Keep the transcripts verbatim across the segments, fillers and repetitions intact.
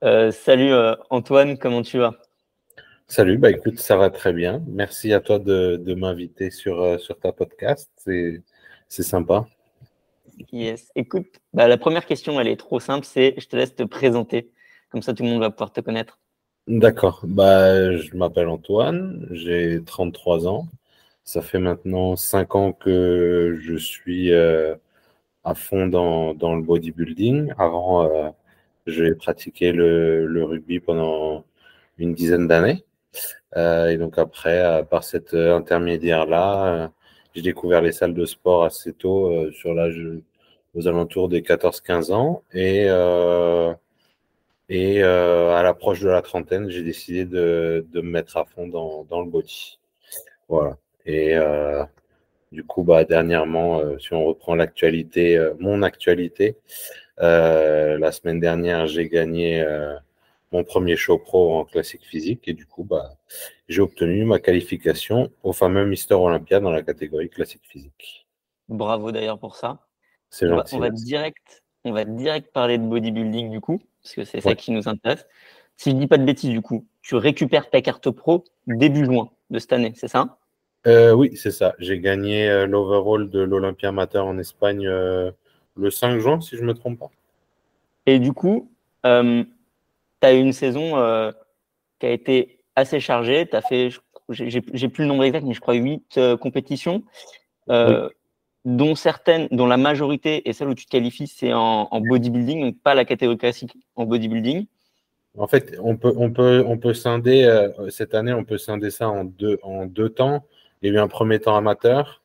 Euh, salut euh, Antoine, comment tu vas? Salut, bah écoute, ça va très bien. Merci à toi de, de m'inviter sur, euh, sur ta podcast. C'est, c'est sympa. Yes. Écoute, bah, la première question, elle est trop simple, c'est je te laisse te présenter. Comme ça, tout le monde va pouvoir te connaître. D'accord. Bah, je m'appelle Antoine, j'ai trente-trois ans. Ça fait maintenant cinq ans que je suis euh, à fond dans, dans le bodybuilding. Avant, euh, j'ai pratiqué le, le rugby pendant une dizaine d'années. Euh, et donc après, euh, par cet euh, intermédiaire-là, euh, j'ai découvert les salles de sport assez tôt, euh, sur l'âge aux alentours des quatorze quinze ans. Et, euh, et euh, à l'approche de la trentaine, j'ai décidé de, de me mettre à fond dans, dans le body. Voilà. Et euh, du coup, bah, dernièrement, euh, si on reprend l'actualité, euh, mon actualité, euh, la semaine dernière, j'ai gagné euh, mon premier show pro en classique physique et du coup, bah, j'ai obtenu ma qualification au fameux Mister Olympia dans la catégorie classique physique. Bravo d'ailleurs pour ça. C'est On va, on gentil, va merci. direct, on va direct parler de bodybuilding du coup, parce que c'est ça Ouais. qui nous intéresse. Si je dis pas de bêtises du coup, tu récupères ta carte pro début juin de cette année, c'est ça? Euh, oui, c'est ça. J'ai gagné euh, l'overall de l'Olympia Amateur en Espagne euh, le cinq juin, si je me trompe pas. Et du coup, euh, tu as eu une saison euh, qui a été assez chargée. Tu as fait, je- j'ai j'ai- j'ai plus le nombre exact, mais je crois huit euh, compétitions. Oui. Euh, dont certaines, dont la majorité et celle où tu te qualifies, c'est en, en bodybuilding, donc pas la catégorie classique en bodybuilding. En fait, on peut, on peut, on peut scinder, euh, cette année, on peut scinder ça en deux, en deux temps. Il y a eu un premier temps amateur,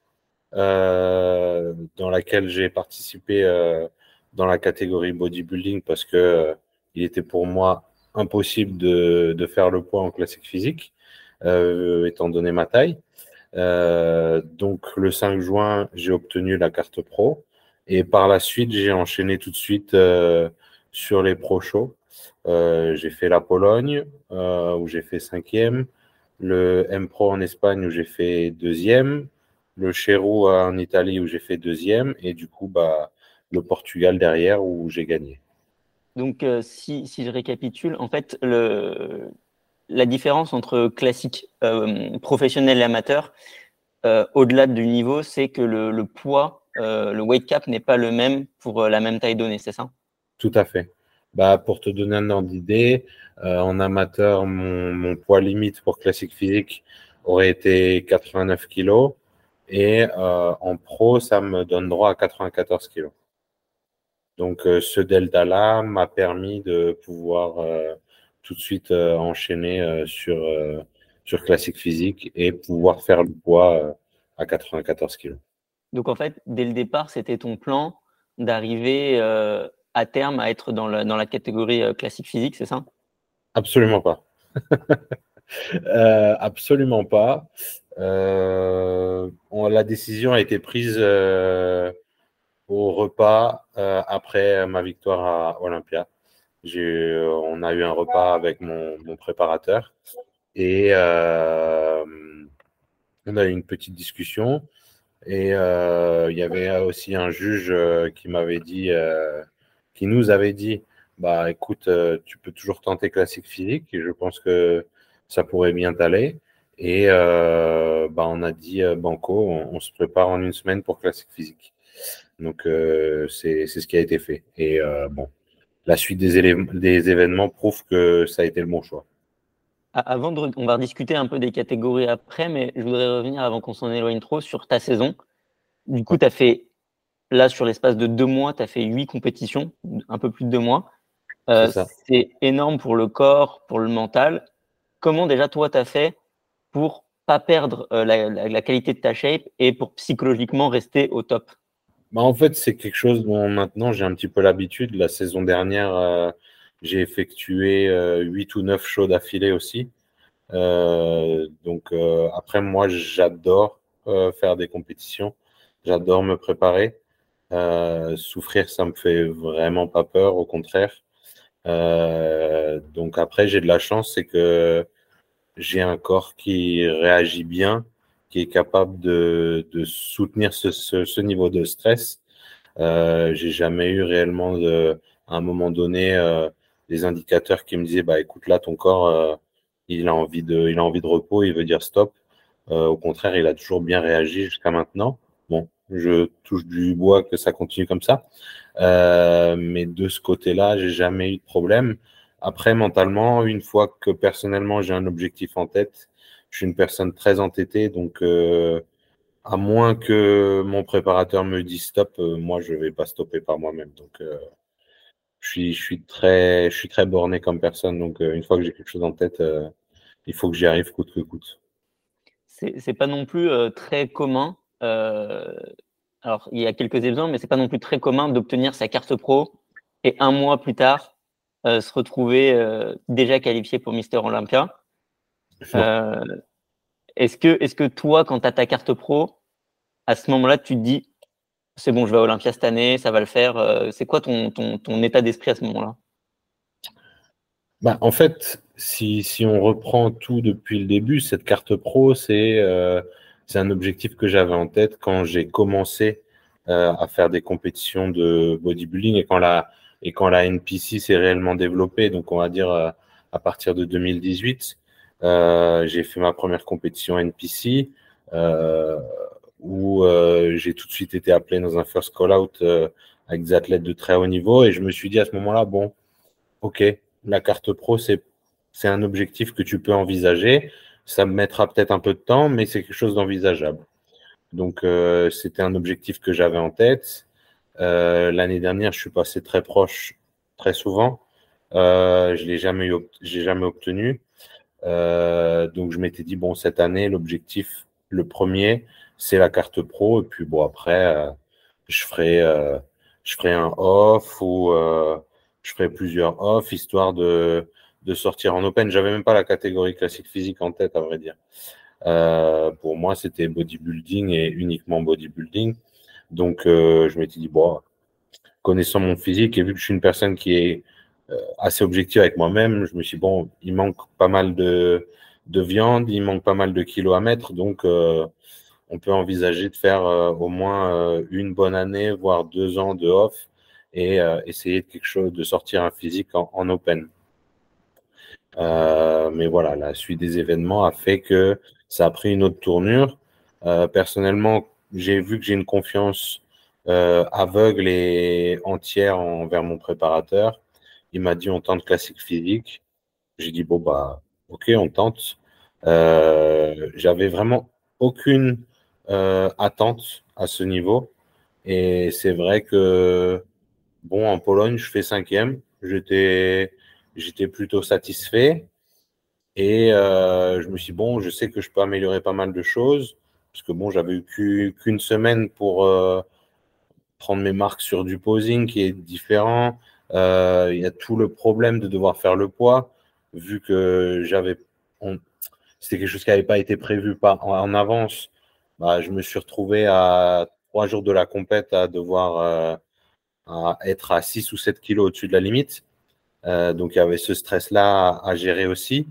euh, dans laquelle j'ai participé euh, dans la catégorie bodybuilding parce que euh, il était pour moi impossible de, de faire le poids en classique physique, euh, étant donné ma taille. Euh, donc le cinq juin, j'ai obtenu la carte pro et par la suite, j'ai enchaîné tout de suite euh, sur les pro shows. Euh, j'ai fait la Pologne euh, où j'ai fait cinquième, le M Pro en Espagne où j'ai fait deuxième, le Cherou en Italie où j'ai fait deuxième et du coup bah le Portugal derrière où j'ai gagné. Donc, euh, si, si je récapitule, en fait, le, la différence entre classique, euh, professionnel et amateur, euh, au-delà du niveau, c'est que le, le poids, euh, le weight cap n'est pas le même pour euh, la même taille donnée, c'est ça? Tout à fait. Bah, pour te donner un ordre d'idée, euh, en amateur, mon, mon poids limite pour classique physique aurait été quatre-vingt-neuf kilos et euh, en pro, ça me donne droit à quatre-vingt-quatorze kilos. Donc, euh, ce delta-là m'a permis de pouvoir euh, tout de suite euh, enchaîner euh, sur, euh, sur classique physique et pouvoir faire le poids euh, à quatre-vingt-quatorze kilos. Donc, en fait, dès le départ, c'était ton plan d'arriver euh, à terme à être dans la, dans la catégorie euh, classique physique, c'est ça? Absolument pas. Euh, absolument pas. Euh, on- la décision a été prise euh, au repas euh, après ma victoire à Olympia. J'ai, euh, on a eu un repas avec mon, mon préparateur et euh, on a eu une petite discussion. Et euh, il y avait aussi un juge euh, qui m'avait dit, euh, qui nous avait dit, bah écoute, euh, tu peux toujours tenter classique physique et je pense que ça pourrait bien t'aller. Et euh, bah, on a dit euh, banco, on, on se prépare en une semaine pour classique physique. Donc euh, c'est c'est ce qui a été fait. Et euh, bon, la suite des, élé- des événements prouve que ça a été le bon choix. Avant de, on va discuter un peu des catégories après, mais je voudrais revenir avant qu'on s'en éloigne trop sur ta saison. Du coup, Ouais, tu as fait, là, sur l'espace de deux mois, tu as fait huit compétitions, un peu plus de deux mois. c'est Euh, ça. c'est énorme pour le corps, pour le mental. Comment déjà, toi, tu as fait pour pas perdre euh, la, la, la qualité de ta shape et pour psychologiquement rester au top? Bah, en fait, c'est quelque chose dont maintenant j'ai un petit peu l'habitude. La saison dernière, euh, j'ai effectué euh, huit ou neuf shows d'affilée aussi. Euh, donc euh, après, moi, j'adore euh, faire des compétitions. J'adore me préparer. Euh, souffrir, ça me fait vraiment pas peur, au contraire. Euh, donc après, j'ai de la chance, c'est que j'ai un corps qui réagit bien, qui est capable de, de soutenir ce, ce, ce niveau de stress. Euh, j'ai jamais eu réellement de, à un moment donné, euh, des indicateurs qui me disaient, bah, écoute, là, ton corps, euh, il a envie de, il a envie de repos, il veut dire stop. Euh, au contraire, il a toujours bien réagi jusqu'à maintenant. Bon, je touche du bois que ça continue comme ça. Euh, mais de ce côté-là, j'ai jamais eu de problème. Après, mentalement, une fois que personnellement j'ai un objectif en tête, je suis une personne très entêtée, donc euh, à moins que mon préparateur me dise stop, euh, moi je vais pas stopper par moi-même. Donc euh, je suis, je suis très, je suis très borné comme personne. Donc euh, une fois que j'ai quelque chose en tête, euh, il faut que j'y arrive coûte que coûte. C'est c'est pas non plus euh, très commun. Euh, alors, il y a quelques exemples, mais c'est pas non plus très commun d'obtenir sa carte pro et un mois plus tard euh, se retrouver euh, déjà qualifié pour Mister Olympia. Non. Euh, est-ce que, est-ce que toi, quand tu as ta carte pro, à ce moment-là, tu te dis, c'est bon, je vais à Olympia cette année, ça va le faire. Euh, c'est quoi ton, ton, ton état d'esprit à ce moment-là? Bah, en fait, si, si on reprend tout depuis le début, cette carte pro, c'est euh, c'est un objectif que j'avais en tête quand j'ai commencé euh, à faire des compétitions de bodybuilding et quand la, et quand la N P C s'est réellement développée. Donc, on va dire euh, à partir de deux mille dix-huit, euh, j'ai fait ma première compétition N P C euh, où euh, j'ai tout de suite été appelé dans un first call-out euh, avec des athlètes de très haut niveau. Et je me suis dit à ce moment-là, bon, ok, la carte pro, c'est, c'est un objectif que tu peux envisager. Ça me mettra peut-être un peu de temps, mais c'est quelque chose d'envisageable. Donc, euh, c'était un objectif que j'avais en tête. Euh, l'année dernière, je suis passé très proche, très souvent. Euh, je l'ai jamais eu, j'ai jamais obtenu. Euh, donc, je m'étais dit, bon, cette année, l'objectif, le premier, c'est la carte pro. Et puis, bon, après, euh, je ferai, euh, je ferai un off ou euh, je ferai plusieurs off histoire de, de sortir en open. J'avais même pas la catégorie classique physique en tête, à vrai dire. Euh, pour moi, c'était bodybuilding et uniquement bodybuilding. Donc, euh, je m'étais dit, bon, connaissant mon physique et vu que je suis une personne qui est euh, assez objective avec moi-même, je me suis dit, bon, il manque pas mal de, de viande, il manque pas mal de kilos à mettre, donc euh, on peut envisager de faire euh, au moins euh, une bonne année, voire deux ans de off et euh, essayer de quelque chose, de sortir un physique en, en open. Euh, mais voilà, la suite des événements a fait que ça a pris une autre tournure. Euh, personnellement, j'ai vu que j'ai une confiance euh, aveugle et entière envers mon préparateur. Il m'a dit on tente classique physique. J'ai dit bon bah ok on tente. Euh, j'avais vraiment aucune euh, attente à ce niveau et c'est vrai que bon en Pologne je fais cinquième. J'étais j'étais plutôt satisfait. Et euh, je me suis dit, bon, je sais que je peux améliorer pas mal de choses, parce que bon, j'avais eu qu'une semaine pour euh, prendre mes marques sur du posing qui est différent. Euh, il y a tout le problème de devoir faire le poids, vu que j'avais, on- c'était quelque chose qui n'avait pas été prévu par, en, en avance. Bah, je me suis retrouvé à trois jours de la compète à devoir euh, à être à six ou sept kilos au-dessus de la limite. Euh, donc il y avait ce stress-là à, à gérer aussi.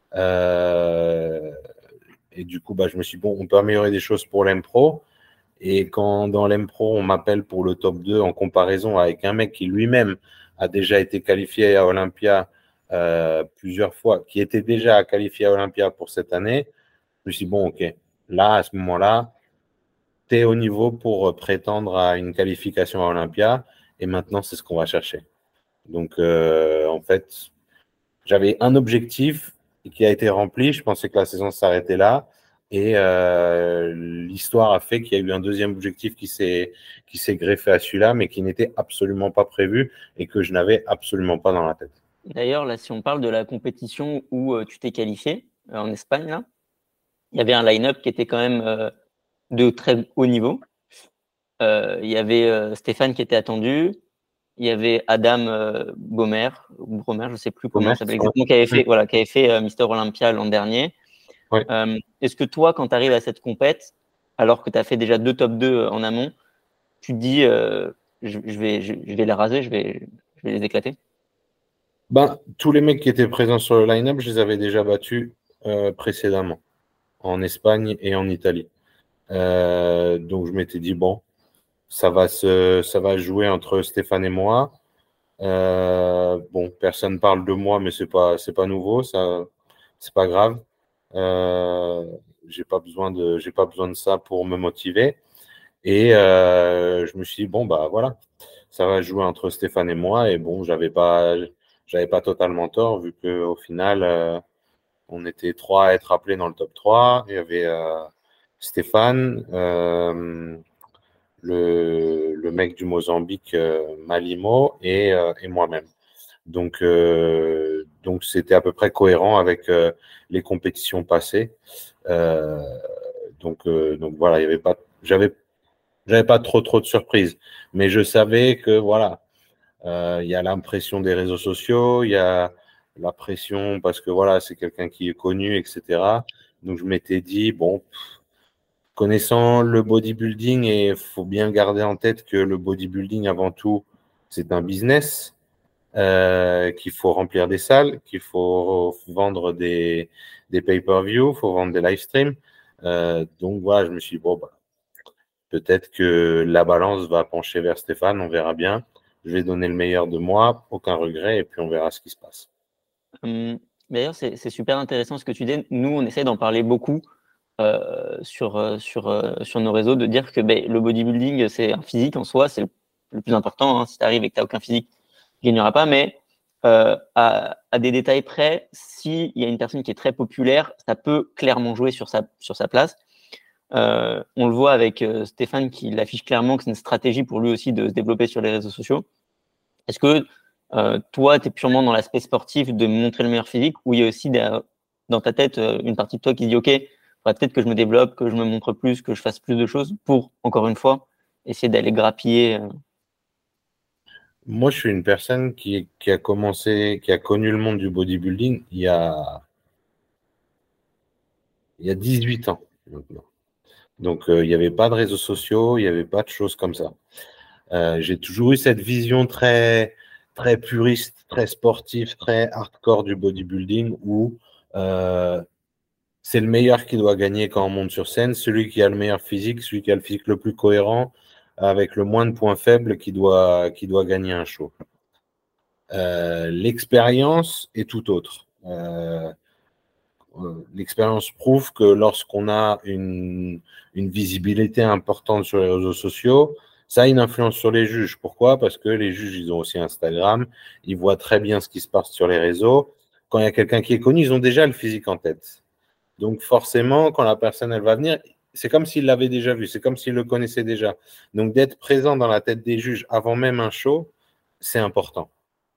Euh, et du coup, bah, je me suis dit, bon, on peut améliorer des choses pour l'M-Pro. Et quand dans l'M-Pro, on m'appelle pour le top deux en comparaison avec un mec qui lui-même a déjà été qualifié à Olympia euh, plusieurs fois, qui était déjà qualifié à Olympia pour cette année, je me suis dit, bon, ok, là, à ce moment-là, tu es au niveau pour prétendre à une qualification à Olympia. Et maintenant, c'est ce qu'on va chercher. Donc, euh, en fait, j'avais un objectif qui a été rempli. Je pensais que la saison s'arrêtait là. Et euh, l'histoire a fait qu'il y a eu un deuxième objectif qui s'est qui s'est greffé à celui-là, mais qui n'était absolument pas prévu et que je n'avais absolument pas dans la tête. D'ailleurs, là, si on parle de la compétition où euh, tu t'es qualifié euh, en Espagne, là, il y avait un line-up qui était quand même euh, de très haut niveau. Euh, il y avait euh, Stéphane qui était attendu. Il y avait Adam euh, Bomer, ou Bromer, je ne sais plus comment il Commerce, s'appelle exactement, qui avait fait, voilà, qui avait fait euh, Mister Olympia l'an dernier. ouais. Euh, est-ce que toi, quand tu arrives à cette compète, alors que tu as fait déjà deux top deux euh, en amont, tu te dis euh, je, je vais, je, je vais les raser, je vais, je vais les éclater? Ben, tous les mecs qui étaient présents sur le line-up, je les avais déjà battus euh, précédemment, en Espagne et en Italie. Euh, donc je m'étais dit, bon, ça va se, ça va jouer entre Stéphane et moi. Euh, bon, personne parle de moi, mais c'est pas, c'est pas nouveau, ça, c'est pas grave. Euh, j'ai pas besoin de, j'ai pas besoin de ça pour me motiver. Et euh, je me suis dit, bon, bah voilà, ça va jouer entre Stéphane et moi. Et bon, j'avais pas, j'avais pas totalement tort, vu qu'au final, euh, on était trois à être appelés dans le top trois. Il y avait euh, Stéphane, euh, le, le mec du Mozambique, euh, Malimo, et, euh, et moi-même. Donc, euh, donc c'était à peu près cohérent avec euh, les compétitions passées. Euh, donc, euh, donc voilà, il y avait pas, j'avais, j'avais pas trop trop de surprises, mais je savais que voilà, euh, il y a l'impression des réseaux sociaux, il y a la pression parce que voilà, c'est quelqu'un qui est connu, et cetera. Donc je m'étais dit bon, connaissant le bodybuilding, et il faut bien garder en tête que le bodybuilding avant tout, c'est un business. Euh, qu'il faut remplir des salles, qu'il faut vendre des, des pay-per-view, il faut vendre des live streams. Euh, donc voilà, je me suis dit, bon, bah, peut-être que la balance va pencher vers Stéphane, on verra bien. Je vais donner le meilleur de moi, aucun regret, et puis on verra ce qui se passe. Hum, D'ailleurs, c'est, c'est super intéressant ce que tu dis. Nous, on essaie d'en parler beaucoup euh, sur, euh, sur, euh, sur nos réseaux, de dire que ben, le bodybuilding, c'est un physique en soi, c'est le, le plus important. Hein. Si tu arrives et que tu n'as aucun physique, tu ne gagneras pas. Mais euh, à, à des détails près, s'il y a une personne qui est très populaire, ça peut clairement jouer sur sa, sur sa place. Euh, on le voit avec euh, Stéphane qui l'affiche clairement que c'est une stratégie pour lui aussi de se développer sur les réseaux sociaux. Est-ce que euh, toi, tu es purement dans l'aspect sportif de montrer le meilleur physique, ou il y a aussi des, dans ta tête euh, une partie de toi qui dit OK, il faudrait peut-être que je me développe, que je me montre plus, que je fasse plus de choses pour, encore une fois, essayer d'aller grappiller euh... Moi, je suis une personne qui, qui a commencé, qui a connu le monde du bodybuilding il y a, il y a dix-huit ans maintenant. Donc, euh, il n'y avait pas de réseaux sociaux, il n'y avait pas de choses comme ça. Euh, j'ai toujours eu cette vision très, très puriste, très sportive, très hardcore du bodybuilding où euh, c'est le meilleur qui doit gagner quand on monte sur scène, celui qui a le meilleur physique, celui qui a le physique le plus cohérent, avec le moins de points faibles qui doit, qui doit gagner un show. Euh, l'expérience est tout autre. Euh, L'expérience prouve que lorsqu'on a une, une visibilité importante sur les réseaux sociaux, ça a une influence sur les juges. Pourquoi? Parce que les juges, ils ont aussi Instagram, ils voient très bien ce qui se passe sur les réseaux. Quand il y a quelqu'un qui est connu, ils ont déjà le physique en tête. Donc forcément, quand la personne, elle va venir, c'est comme s'ils l'avaient déjà vu, c'est comme s'ils le connaissaient déjà. Donc d'être présent dans la tête des juges avant même un show, c'est important.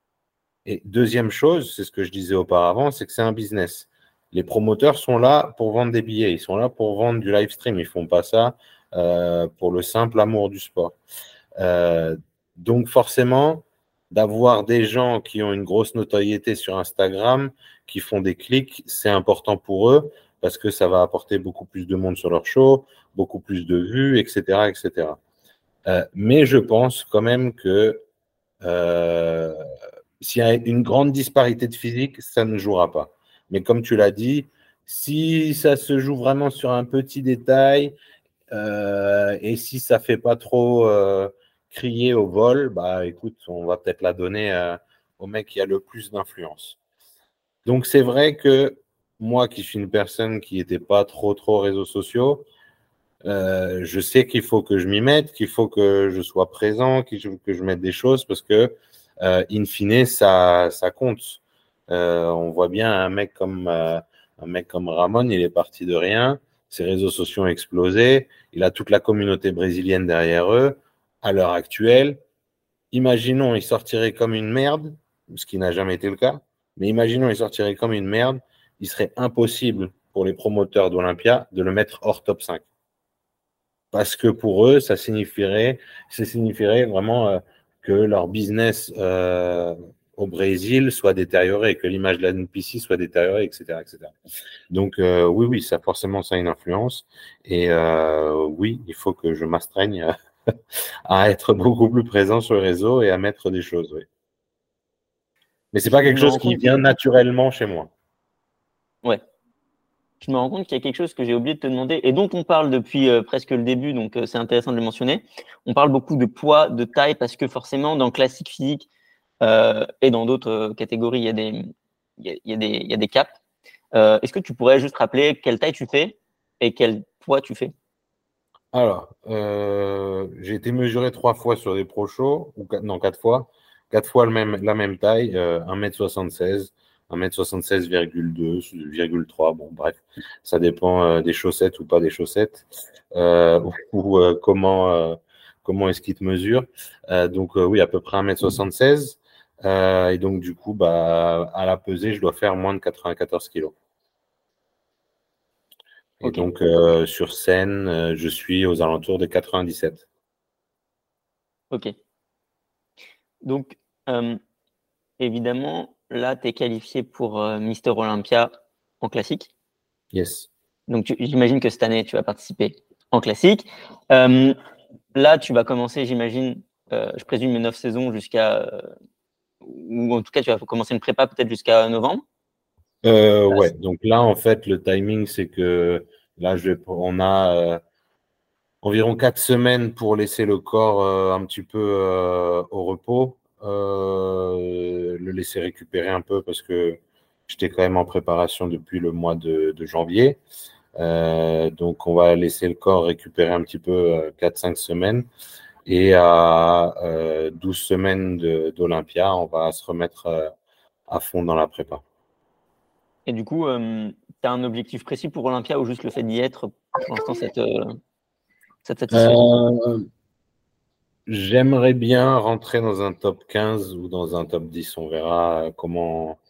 Et deuxième chose, c'est ce que je disais auparavant, c'est que c'est un business. Les promoteurs sont là pour vendre des billets, ils sont là pour vendre du live stream, ils ne font pas ça euh, pour le simple amour du sport. Euh, donc forcément, d'avoir des gens qui ont une grosse notoriété sur Instagram, qui font des clics, c'est important pour eux parce que ça va apporter beaucoup plus de monde sur leur show, beaucoup plus de vues, et cetera, et cetera. Euh, mais je pense quand même que euh, s'il y a une grande disparité de physique, ça ne jouera pas. Mais comme tu l'as dit, si ça se joue vraiment sur un petit détail euh, et si ça ne fait pas trop euh, crier au vol, bah écoute, on va peut-être la donner euh, au mec qui a le plus d'influence. Donc c'est vrai que moi qui suis une personne qui n'était pas trop trop réseaux sociaux, euh, je sais qu'il faut que je m'y mette, qu'il faut que je sois présent, qu'il faut que je mette des choses parce que, euh, in fine, ça, ça compte. Euh, on voit bien un mec comme euh, un mec comme Ramon, il est parti de rien, ses réseaux sociaux ont explosé, il a toute la communauté brésilienne derrière eux. À l'heure actuelle, imaginons il sortirait comme une merde, ce qui n'a jamais été le cas, mais imaginons il sortirait comme une merde, il serait impossible pour les promoteurs d'Olympia de le mettre hors top cinq. Parce que pour eux, ça signifierait, ça signifierait vraiment euh, que leur business euh, au Brésil soit détérioré, que l'image de la N P C soit détériorée, et cetera, et cetera. Donc euh, oui, oui, ça forcément ça a une influence. Et euh, oui, il faut que je m'astreigne à être beaucoup plus présent sur le réseau et à mettre des choses. Oui. Mais c'est pas Je quelque me chose rends qui compte vient que, naturellement chez moi. ouais, je me rends compte qu'il y a quelque chose que j'ai oublié de te demander et dont on parle depuis euh, presque le début, donc euh, c'est intéressant de le mentionner. On parle beaucoup de poids, de taille, parce que forcément, dans le classique physique, Euh, et dans d'autres euh, catégories, il y a des, il y a, il y a des, il y a des caps. Euh, est-ce que tu pourrais juste rappeler quelle taille tu fais et quel poids tu fais? Alors, euh, j'ai été mesuré trois fois sur des pro shows, ou quatre, non, quatre fois. Quatre fois le même, la même taille, euh, un mètre soixante-seize, un mètre soixante-seize virgule deux, virgule trois, bon, bref, ça dépend euh, des chaussettes ou pas des chaussettes, euh, ou euh, comment, euh, comment est-ce qu'ils te mesurent. Euh, donc, euh, oui, à peu près un mètre soixante-seize. Euh, et donc, du coup, bah, à la pesée, je dois faire moins de quatre-vingt-quatorze kilos. Et Ok, donc, euh, sur scène, euh, je suis aux alentours de quatre-vingt-dix-sept. ok. Donc, euh, évidemment, là, tu es qualifié pour euh, Mister Olympia en classique. Yes. Donc, tu- j'imagine que cette année, tu vas participer en classique. Euh, Là, tu vas commencer, j'imagine, euh, je présume une neuf saisons jusqu'à, euh, ou en tout cas, tu vas commencer une prépa peut-être jusqu'à novembre. Euh, Ah, ouais, c- donc là, en fait, le timing, c'est que là, je vais, on a euh, environ quatre semaines pour laisser le corps euh, un petit peu euh, au repos, euh, le laisser récupérer un peu parce que j'étais quand même en préparation depuis le mois de, de janvier. Euh, donc, on va laisser le corps récupérer un petit peu euh, quatre cinq semaines. Et à euh, douze semaines de- d'Olympia, on va se remettre euh, à fond dans la prépa. Et du coup, tu as un objectif précis pour Olympia ou juste le fait d'y être, pour l'instant, ça te, ça te satisfait? Euh, J'aimerais bien rentrer dans un top quinze ou dans un top dix. On verra euh, comment.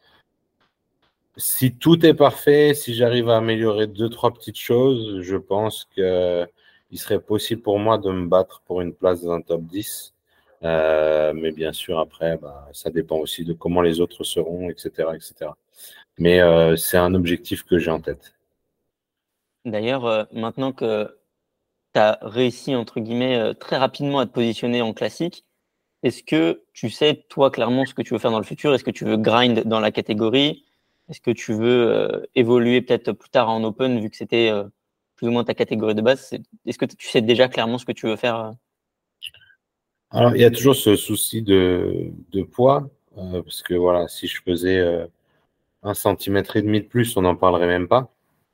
Si tout est parfait, si j'arrive à améliorer deux, trois petites choses, je pense que il serait possible pour moi de me battre pour une place dans un top dix. Euh, mais bien sûr, après, bah, ça dépend aussi de comment les autres seront, et cetera, et cetera. Mais euh, c'est un objectif que j'ai en tête. D'ailleurs, euh, maintenant que tu as réussi, entre guillemets, euh, très rapidement à te positionner en classique, est-ce que tu sais, toi, clairement, ce que tu veux faire dans le futur? Est-ce que tu veux grind dans la catégorie? Est-ce que tu veux euh, évoluer peut-être plus tard en open, vu que c'était euh, plus ou moins ta catégorie de base? C'est- Est-ce que tu sais déjà clairement ce que tu veux faire? euh Alors, il y a toujours ce souci de, de poids, euh, parce que voilà, si je faisais euh, un centimètre et demi de plus, on n'en parlerait même pas.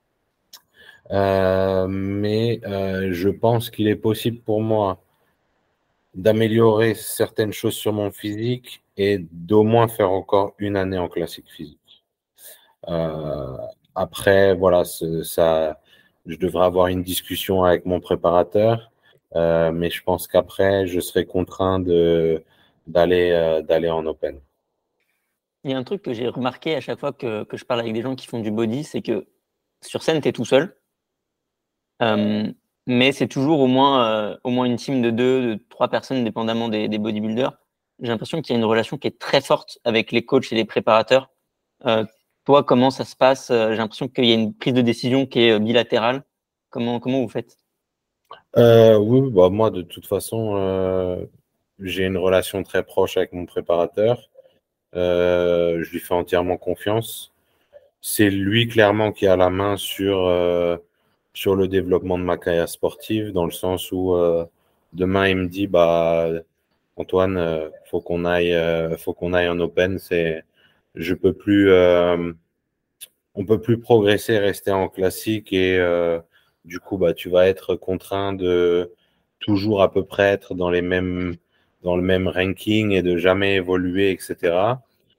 Euh, mais euh, je pense qu'il est possible pour moi d'améliorer certaines choses sur mon physique et d'au moins faire encore une année en classique physique. Euh, Après, voilà, c'est- ça, je devrais avoir une discussion avec mon préparateur, euh, mais je pense qu'après, je serai contraint de d'aller euh, d'aller en open. Il y a un truc que j'ai remarqué à chaque fois que, que je parle avec des gens qui font du body, c'est que sur scène, tu es tout seul, euh, mais c'est toujours au moins, euh, au moins une team de deux, de trois personnes, dépendamment des, des bodybuilders. J'ai l'impression qu'il y a une relation qui est très forte avec les coachs et les préparateurs. Euh, Toi, comment ça se passe? Euh, J'ai l'impression qu'il y a une prise de décision qui est euh, bilatérale. Comment, comment vous faites? Euh, oui, bah, moi, de toute façon, euh, j'ai une relation très proche avec mon préparateur. Euh, je lui fais entièrement confiance. C'est lui clairement qui a la main sur, euh, sur le développement de ma carrière sportive, dans le sens où euh, demain il me dit bah Antoine, euh, faut qu'on aille, euh, faut qu'on aille en open. C'est, je peux plus, euh, on peut plus progresser, rester en classique et euh, du coup bah tu vas être contraint de toujours à peu près être dans les mêmes, dans le même ranking et de jamais évoluer, et cetera.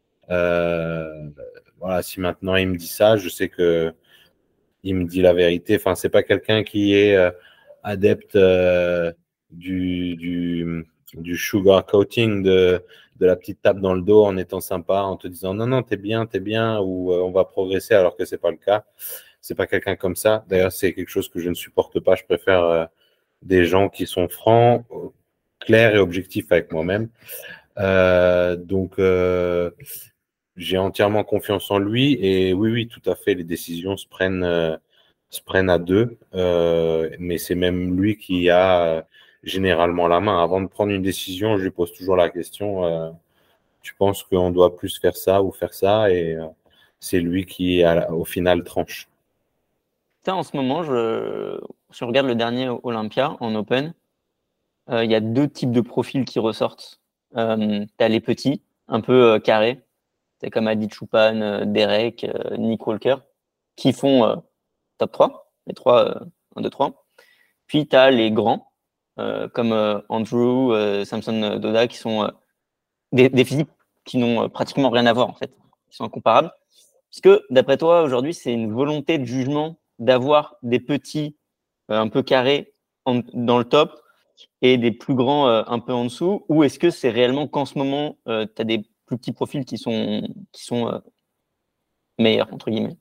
Euh, voilà, si maintenant il me dit ça, je sais que il me dit la vérité. Enfin, c'est pas quelqu'un qui est euh, adepte euh, du, du, du sugar coating, de, de la petite tape dans le dos en étant sympa, en te disant non, non, t'es bien, t'es bien, ou euh, on va progresser alors que c'est pas le cas. C'est pas quelqu'un comme ça. D'ailleurs, c'est quelque chose que je ne supporte pas. Je préfère euh, des gens qui sont francs, clairs et objectifs avec moi-même. Euh, donc, euh, j'ai entièrement confiance en lui et oui, oui, tout à fait, les décisions se prennent, euh, se prennent à deux, euh, mais c'est même lui qui a euh, généralement la main. Avant de prendre une décision, je lui pose toujours la question, euh, tu penses qu'on doit plus faire ça ou faire ça? Et euh, c'est lui qui, à- au final, tranche. Ça, en ce moment, je, si on regarde le dernier Olympia en Open, euh, il y a deux types de profils qui ressortent. Euh, tu as les petits, un peu euh, carrés. C'est comme Adi Choupan, euh, Derek, euh, Nick Walker, qui font euh, top trois, les trois, euh, un, deux, trois. Puis tu as les grands, euh, comme euh, Andrew, euh, Samson Doda, qui sont euh, des, des physiques qui n'ont euh, pratiquement rien à voir, en fait, qui sont incomparables. Est-ce que, d'après toi, aujourd'hui, c'est une volonté de jugement d'avoir des petits euh, un peu carrés en- dans le top et des plus grands euh, un peu en dessous, ou est-ce que c'est réellement qu'en ce moment, euh, tu as des plus petits profils qui sont, qui sont euh, meilleurs, entre guillemets?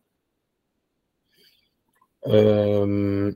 Euh,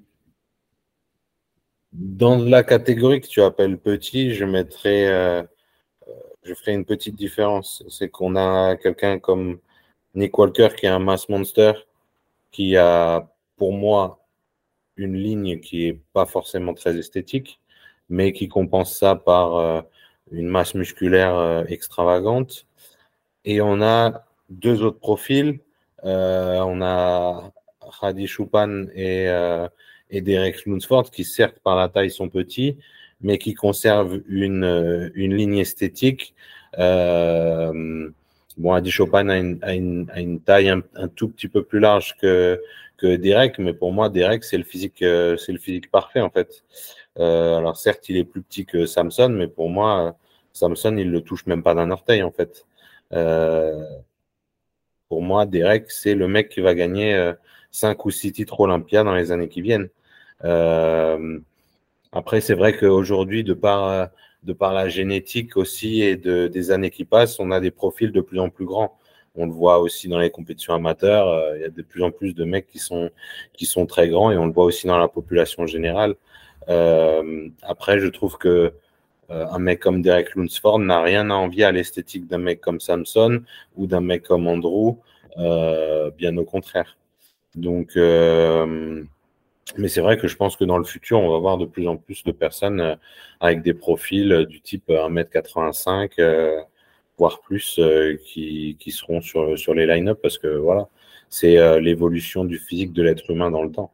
Dans la catégorie que tu appelles petit, je mettrais, euh, je ferai une petite différence. C'est qu'on a quelqu'un comme Nick Walker qui est un mass monster, qui a pour moi une ligne qui est pas forcément très esthétique, mais qui compense ça par euh, une masse musculaire euh, extravagante. Et on a deux autres profils. Euh, on a Hadi Choupan et, euh, et Derek Lunsford, qui certes par la taille sont petits, mais qui conservent une, euh, une ligne esthétique. Euh, bon, Hadi Choupan a une, a une, a une taille un, un, tout petit peu plus large que, que Derek, mais pour moi, Derek, c'est le physique, euh, c'est le physique parfait, en fait. Euh, alors certes, il est plus petit que Samson, mais pour moi, Samson, il le touche même pas d'un orteil, en fait. Euh, pour moi, Derek, c'est le mec qui va gagner euh, cinq ou six titres Olympia dans les années qui viennent. Euh, après, c'est vrai qu'aujourd'hui, de par, euh, de par la génétique aussi et de, des années qui passent, on a des profils de plus en plus grands. On le voit aussi dans les compétitions amateurs. Euh, il y a de plus en plus de mecs qui sont, qui sont très grands et on le voit aussi dans la population générale. Euh, après, je trouve que euh, un mec comme Derek Lunsford n'a rien à envier à l'esthétique d'un mec comme Samson ou d'un mec comme Andrew, euh, bien au contraire. Donc, euh, mais c'est vrai que je pense que dans le futur, on va voir de plus en plus de personnes euh, avec des profils euh, du type un mètre quatre-vingt-cinq, euh, voire plus, euh, qui, qui seront sur, sur les line-up parce que voilà, c'est euh, l'évolution du physique de l'être humain dans le temps.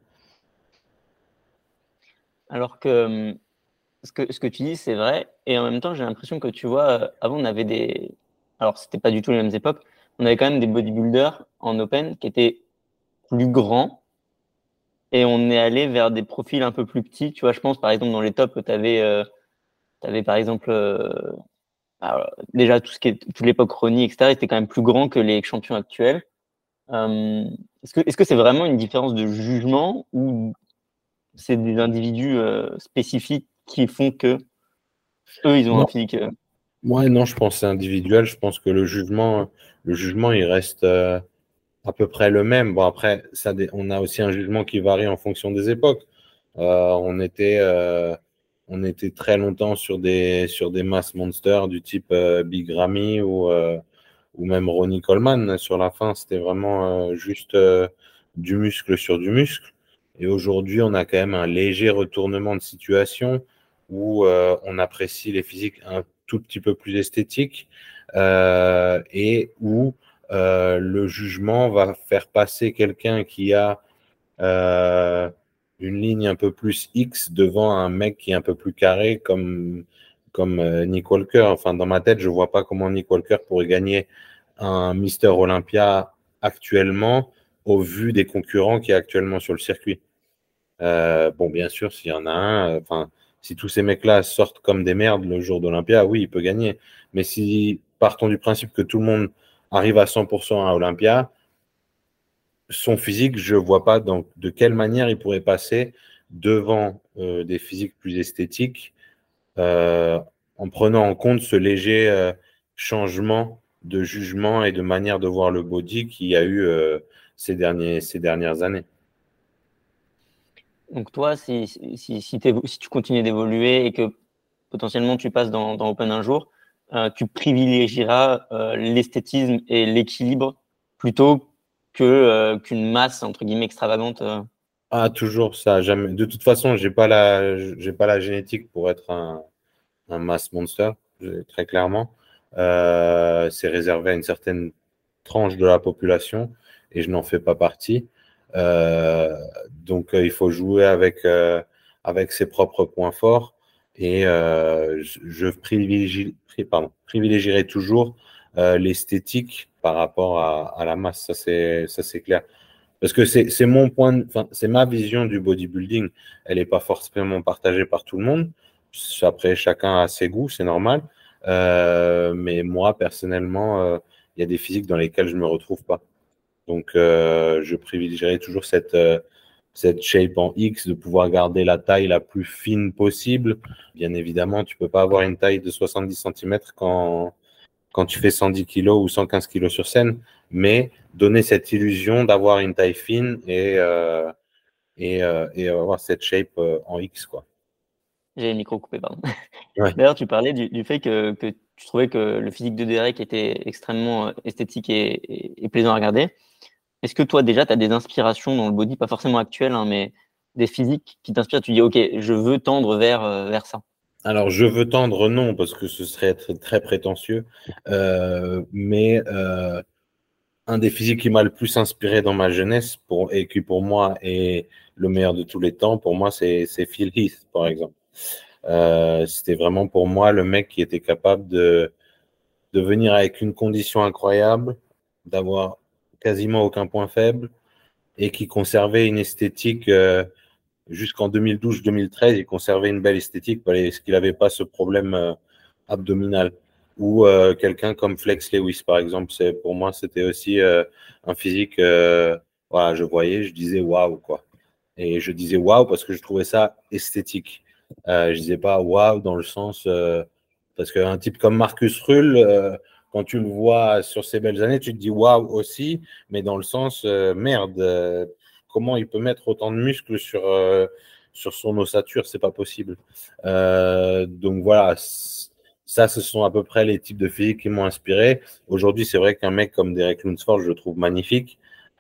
Alors que hum, ce que, ce que tu dis, c'est vrai. Et en même temps, j'ai l'impression que tu vois, euh, avant, on avait des. Alors, c'était pas du tout les mêmes époques. On avait quand même des bodybuilders en open qui étaient plus grands et on est allé vers des profils un peu plus petits. Tu vois, je pense par exemple dans les tops, tu avais, euh, t'avais, par exemple euh, alors, déjà tout ce qui est toute l'époque Ronnie, et cetera, était quand même plus grand que les champions actuels. Euh, est-ce que est-ce que c'est vraiment une différence de jugement ou c'est des individus euh, spécifiques qui font que eux, ils ont un Non, physique euh, moi, non, je pense que c'est individuel. Je pense que le jugement, le jugement, il reste euh, à peu près le même. Bon, après, ça, dé- on a aussi un jugement qui varie en fonction des époques. Euh, on était, euh, on était très longtemps sur des, sur des mass monsters du type euh, Big Ramy ou, euh, ou même Ronnie Coleman. Sur la fin, c'était vraiment euh, juste euh, du muscle sur du muscle. Et aujourd'hui, on a quand même un léger retournement de situation où euh, on apprécie les physiques un tout petit peu plus esthétiques euh, et où euh, le jugement va faire passer quelqu'un qui a euh, une ligne un peu plus X devant un mec qui est un peu plus carré comme, comme euh, Nick Walker. Enfin, dans ma tête, je vois pas comment Nick Walker pourrait gagner un Mister Olympia actuellement au vu des concurrents qui est actuellement sur le circuit. Euh, bon, bien sûr, s'il y en a un, euh, enfin, si tous ces mecs-là sortent comme des merdes le jour d'Olympia, oui, il peut gagner. Mais si partons du principe que tout le monde arrive à cent pour cent à Olympia, son physique, je ne vois pas donc de quelle manière il pourrait passer devant euh, des physiques plus esthétiques euh, en prenant en compte ce léger euh, changement de jugement et de manière de voir le body qu'il y a eu euh, ces, derniers, ces dernières années. Donc toi, si, si, si, t'évo- si tu continues d'évoluer et que potentiellement tu passes dans, dans Open un jour, euh, tu privilégieras euh, l'esthétisme et l'équilibre plutôt que euh, qu'une masse entre guillemets extravagante. euh. Ah, toujours ça, jamais. De toute façon, j'ai pas la, j'ai pas la génétique pour être un, un mass monster, très clairement. Euh, c'est réservé à une certaine tranche de la population et je n'en fais pas partie. Euh, donc, euh, il faut jouer avec, euh, avec ses propres points forts et euh, je, je privilégie, pardon, privilégierai toujours euh, l'esthétique par rapport à, à la masse. Ça, c'est, ça, c'est clair. Parce que c'est, c'est mon point, de, enfin, c'est ma vision du bodybuilding. Elle n'est pas forcément partagée par tout le monde. Après, chacun a ses goûts, c'est normal. Euh, mais moi, personnellement, euh, il y a des physiques dans lesquelles je ne me retrouve pas. Donc, euh, je privilégierais toujours cette, euh, cette shape en X, de pouvoir garder la taille la plus fine possible. Bien évidemment, tu ne peux pas avoir une taille de soixante-dix centimètres quand, quand tu fais cent dix kilos ou cent quinze kilos sur scène, mais donner cette illusion d'avoir une taille fine et, euh, et, euh, et avoir cette shape euh, en X, quoi. J'ai le micro coupé, pardon. Ouais. D'ailleurs, tu parlais du, du fait que, que tu trouvais que le physique de Derek était extrêmement euh, esthétique et, et, et plaisant à regarder. Est-ce que toi, déjà, tu as des inspirations dans le body, pas forcément actuelles, hein, mais des physiques qui t'inspirent? Tu dis, OK, je veux tendre vers, euh, vers ça. Alors, je veux tendre, non, parce que ce serait très, très prétentieux. Euh, mais euh, un des physiques qui m'a le plus inspiré dans ma jeunesse pour, et qui, pour moi, est le meilleur de tous les temps, pour moi, c'est, c'est Phil Heath, par exemple. Euh, c'était vraiment pour moi le mec qui était capable de, de venir avec une condition incroyable, d'avoir quasiment aucun point faible et qui conservait une esthétique euh, jusqu'en deux mille douze deux mille treize, il conservait une belle esthétique parce qu'il n'avait pas ce problème euh, abdominal. Ou euh, quelqu'un comme Flex Lewis, par exemple, c'est, pour moi, c'était aussi euh, un physique, euh, voilà, je voyais, je disais waouh, quoi. Et je disais waouh parce que je trouvais ça esthétique. Euh, je disais pas waouh dans le sens, euh, parce qu'un type comme Marcus Rull, euh, quand tu le vois sur ses belles années, tu te dis waouh aussi, mais dans le sens, euh, merde, euh, comment il peut mettre autant de muscles sur, euh, sur son ossature, c'est pas possible. Euh, donc voilà, ça, ce sont à peu près les types de physiques qui m'ont inspiré. Aujourd'hui, c'est vrai qu'un mec comme Derek Lunsford, je le trouve magnifique.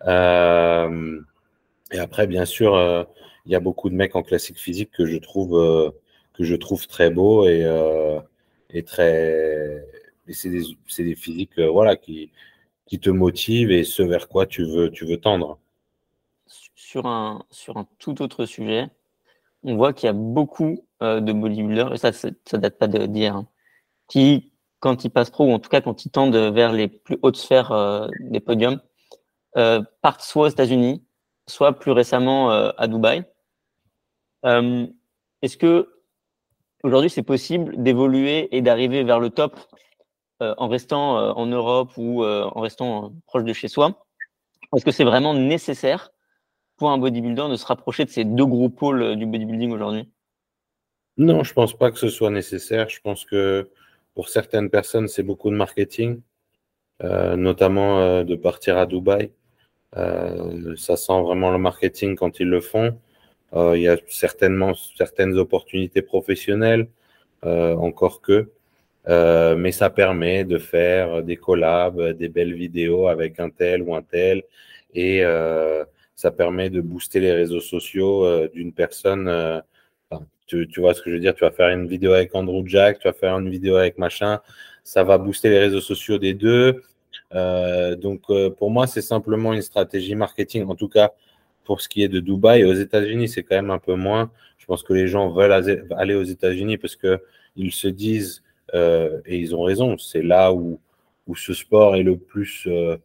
Euh, et après, bien sûr, euh, il y a beaucoup de mecs en classique physique que je trouve, euh, que je trouve très beaux et, euh, et très. Et c'est des, c'est des physiques euh, voilà, qui, qui te motivent et ce vers quoi tu veux, tu veux tendre. Sur un, sur un tout autre sujet, on voit qu'il y a beaucoup euh, de bodybuilders, et ça, ça, ça date pas de- d'hier, hein, qui, quand ils passent pro, ou en tout cas quand ils tendent vers les plus hautes sphères euh, des podiums, euh, partent soit aux États-Unis, soit plus récemment euh, à Dubaï. Euh, Est-ce que aujourd'hui c'est possible d'évoluer et d'arriver vers le top euh, en restant euh, en Europe ou euh, en restant euh, proche de chez soi? Est-ce que c'est vraiment nécessaire pour un bodybuilder de se rapprocher de ces deux gros pôles euh, du bodybuilding aujourd'hui? Non, je pense pas que ce soit nécessaire. Je pense que pour certaines personnes, c'est beaucoup de marketing, euh, notamment euh, de partir à Dubaï. Euh, ça sent vraiment le marketing quand ils le font. Euh, il y a certainement certaines opportunités professionnelles, euh, encore que, euh, mais ça permet de faire des collabs, des belles vidéos avec un tel ou un tel, et euh, ça permet de booster les réseaux sociaux euh, d'une personne. Euh, enfin, tu, tu vois ce que je veux dire? Tu vas faire une vidéo avec Andrew Jack, tu vas faire une vidéo avec machin, ça va booster les réseaux sociaux des deux. Euh, donc, euh, pour moi, c'est simplement une stratégie marketing. En tout cas, pour ce qui est de Dubaï, aux États-Unis, c'est quand même un peu moins. Je pense que les gens veulent aller aux États-Unis parce qu'ils se disent, euh, et ils ont raison, c'est là où, où ce sport est le plus euh,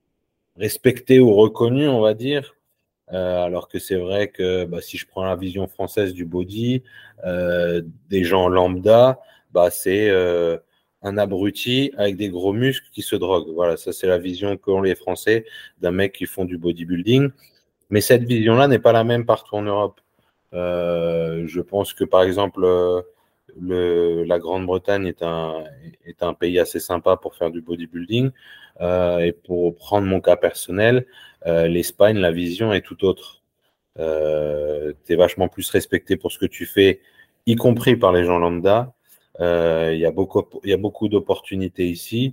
respecté ou reconnu, on va dire. Euh, alors que c'est vrai que bah, si je prends la vision française du body, euh, des gens lambda, bah, c'est euh, un abruti avec des gros muscles qui se drogue. Voilà, ça c'est la vision qu'ont les Français d'un mec qui font du bodybuilding. Mais cette vision-là n'est pas la même partout en Europe. Euh, je pense que par exemple, euh, le, la Grande-Bretagne est un, est un pays assez sympa pour faire du bodybuilding. Euh, et pour prendre mon cas personnel, euh, l'Espagne, la vision est tout autre. Euh, tu es vachement plus respecté pour ce que tu fais, y compris par les gens lambda. Euh, Il y a beaucoup, il y a beaucoup d'opportunités ici.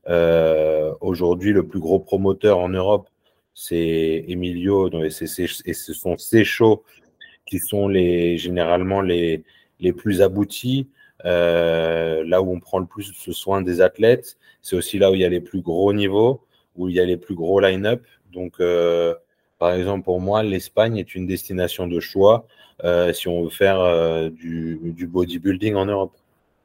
Euh, aujourd'hui, le plus gros promoteur en Europe, c'est Emilio, et, c'est, c'est, et ce sont ces shows qui sont les, généralement les, les plus aboutis, euh, là où on prend le plus soin des athlètes. C'est aussi là où il y a les plus gros niveaux, où il y a les plus gros line-up. Donc, euh, par exemple, pour moi, l'Espagne est une destination de choix euh, si on veut faire euh, du, du bodybuilding en Europe.